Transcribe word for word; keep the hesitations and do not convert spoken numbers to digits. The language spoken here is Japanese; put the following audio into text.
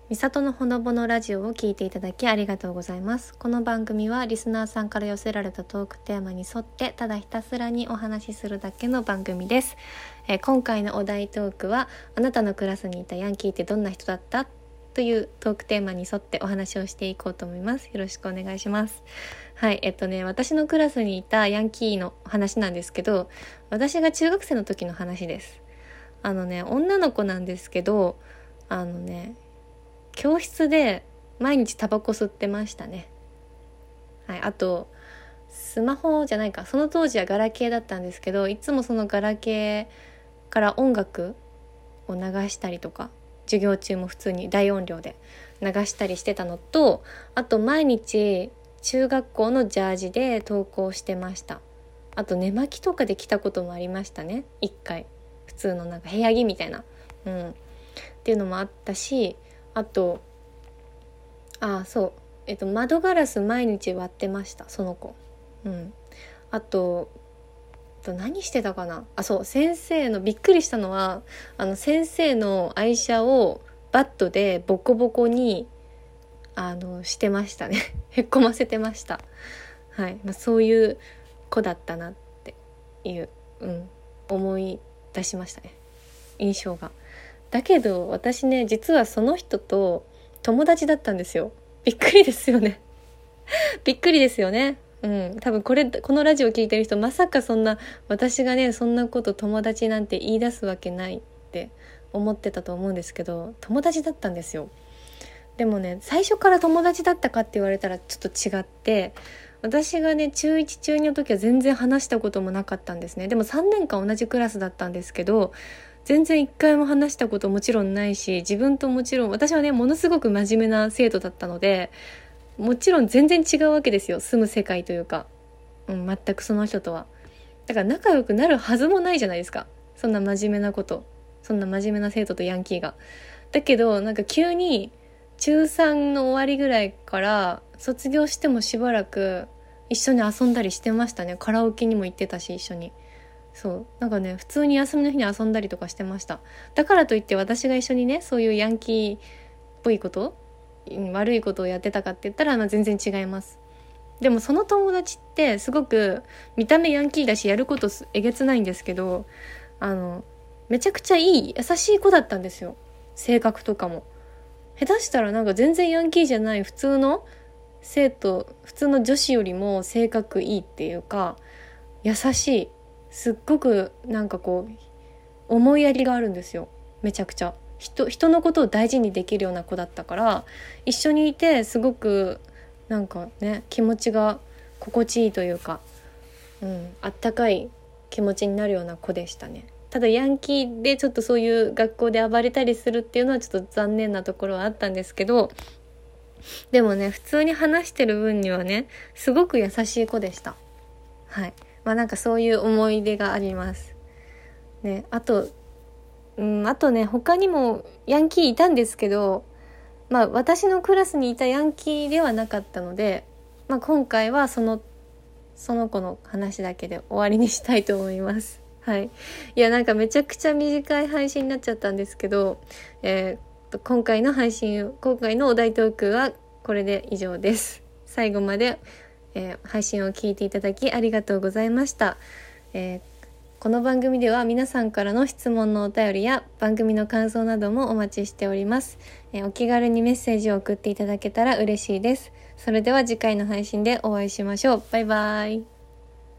みさとのほのぼのラジオを聞いていただきありがとうございます。この番組はリスナーさんから寄せられたトークテーマに沿ってただひたすらにお話しするだけの番組です。えー、今回のお題トークは、あなたのクラスにいたヤンキーってどんな人だったというトークテーマに沿ってお話をしていこうと思います。よろしくお願いします。はい、えっとね私のクラスにいたヤンキーの話なんですけど、私が中学生の時の話です。あのね女の子なんですけど、あのね教室で毎日タバコ吸ってましたね。はい、あとスマホじゃないか、その当時はガラケーだったんですけど、いつもそのガラケーから音楽を流したりとか、授業中も普通に大音量で流したりしてたのと、あと毎日中学校のジャージで登校してました。あと寝巻きとかで来たこともありましたね、一回。普通のなんか部屋着みたいな、うん、っていうのもあったし、あとあそうえっと窓ガラス毎日割ってました、その子。うん。あとと何してたかなあ、そう先生のびっくりしたのは、あの先生の愛車をバットでボコボコにあのしてましたねへっこませてました。はい、まあ、そういう子だったなっていう、うん、思い出しましたね、印象が。だけど私ね、実はその人と友達だったんですよ。びっくりですよねびっくりですよね。うん、多分これこのラジオ聞いてる人、まさかそんな私がねそんなこと友達なんて言い出すわけないって思ってたと思うんですけど、友達だったんですよ。でもね、最初から友達だったかって言われたらちょっと違って、私がね中いち中にの時は全然話したこともなかったんですね。でもさんねんかん同じクラスだったんですけど、全然一回も話したこともちろんないし、自分ともちろん私はねものすごく真面目な生徒だったので、もちろん全然違うわけですよ、住む世界というか、うん、全くその人とは。だから仲良くなるはずもないじゃないですか、そんな真面目なことそんな真面目な生徒とヤンキーが。だけどなんか急に中さんの終わりぐらいから卒業してもしばらく一緒に遊んだりしてましたね。カラオケにも行ってたし一緒に。そうなんかね普通に休みの日に遊んだりとかしてました。だからといって私が一緒にねそういうヤンキーっぽいこと、悪いことをやってたかって言ったら、まあ、全然違います。でもその友達ってすごく見た目ヤンキーだし、やることえげつないんですけど、あのめちゃくちゃいい優しい子だったんですよ。性格とかも下手したらなんか全然ヤンキーじゃない普通の生徒、普通の女子よりも性格いいっていうか、優しい、すっごくなんかこう思いやりがあるんですよ。めちゃくちゃ人、人のことを大事にできるような子だったから、一緒にいてすごくなんかね気持ちが心地いいというか、うん、あったかい気持ちになるような子でしたね。ただヤンキーでちょっとそういう学校で暴れたりするっていうのはちょっと残念なところはあったんですけど、でもね普通に話してる分にはねすごく優しい子でした。はい、まあなんかそういう思い出がありますね。あとうん、あとね他にもヤンキーいたんですけど、まあ私のクラスにいたヤンキーではなかったので、まあ、今回はそのその子の話だけで終わりにしたいと思います。はい、いやなんかめちゃくちゃ短い配信になっちゃったんですけど、えー、今回の配信今回のお題トークはこれで以上です。最後まで、えー、配信を聞いていただきありがとうございました。えーこの番組では皆さんからの質問のお便りや番組の感想などもお待ちしております。えー、お気軽にメッセージを送っていただけたら嬉しいです。それでは次回の配信でお会いしましょう。バイバイ。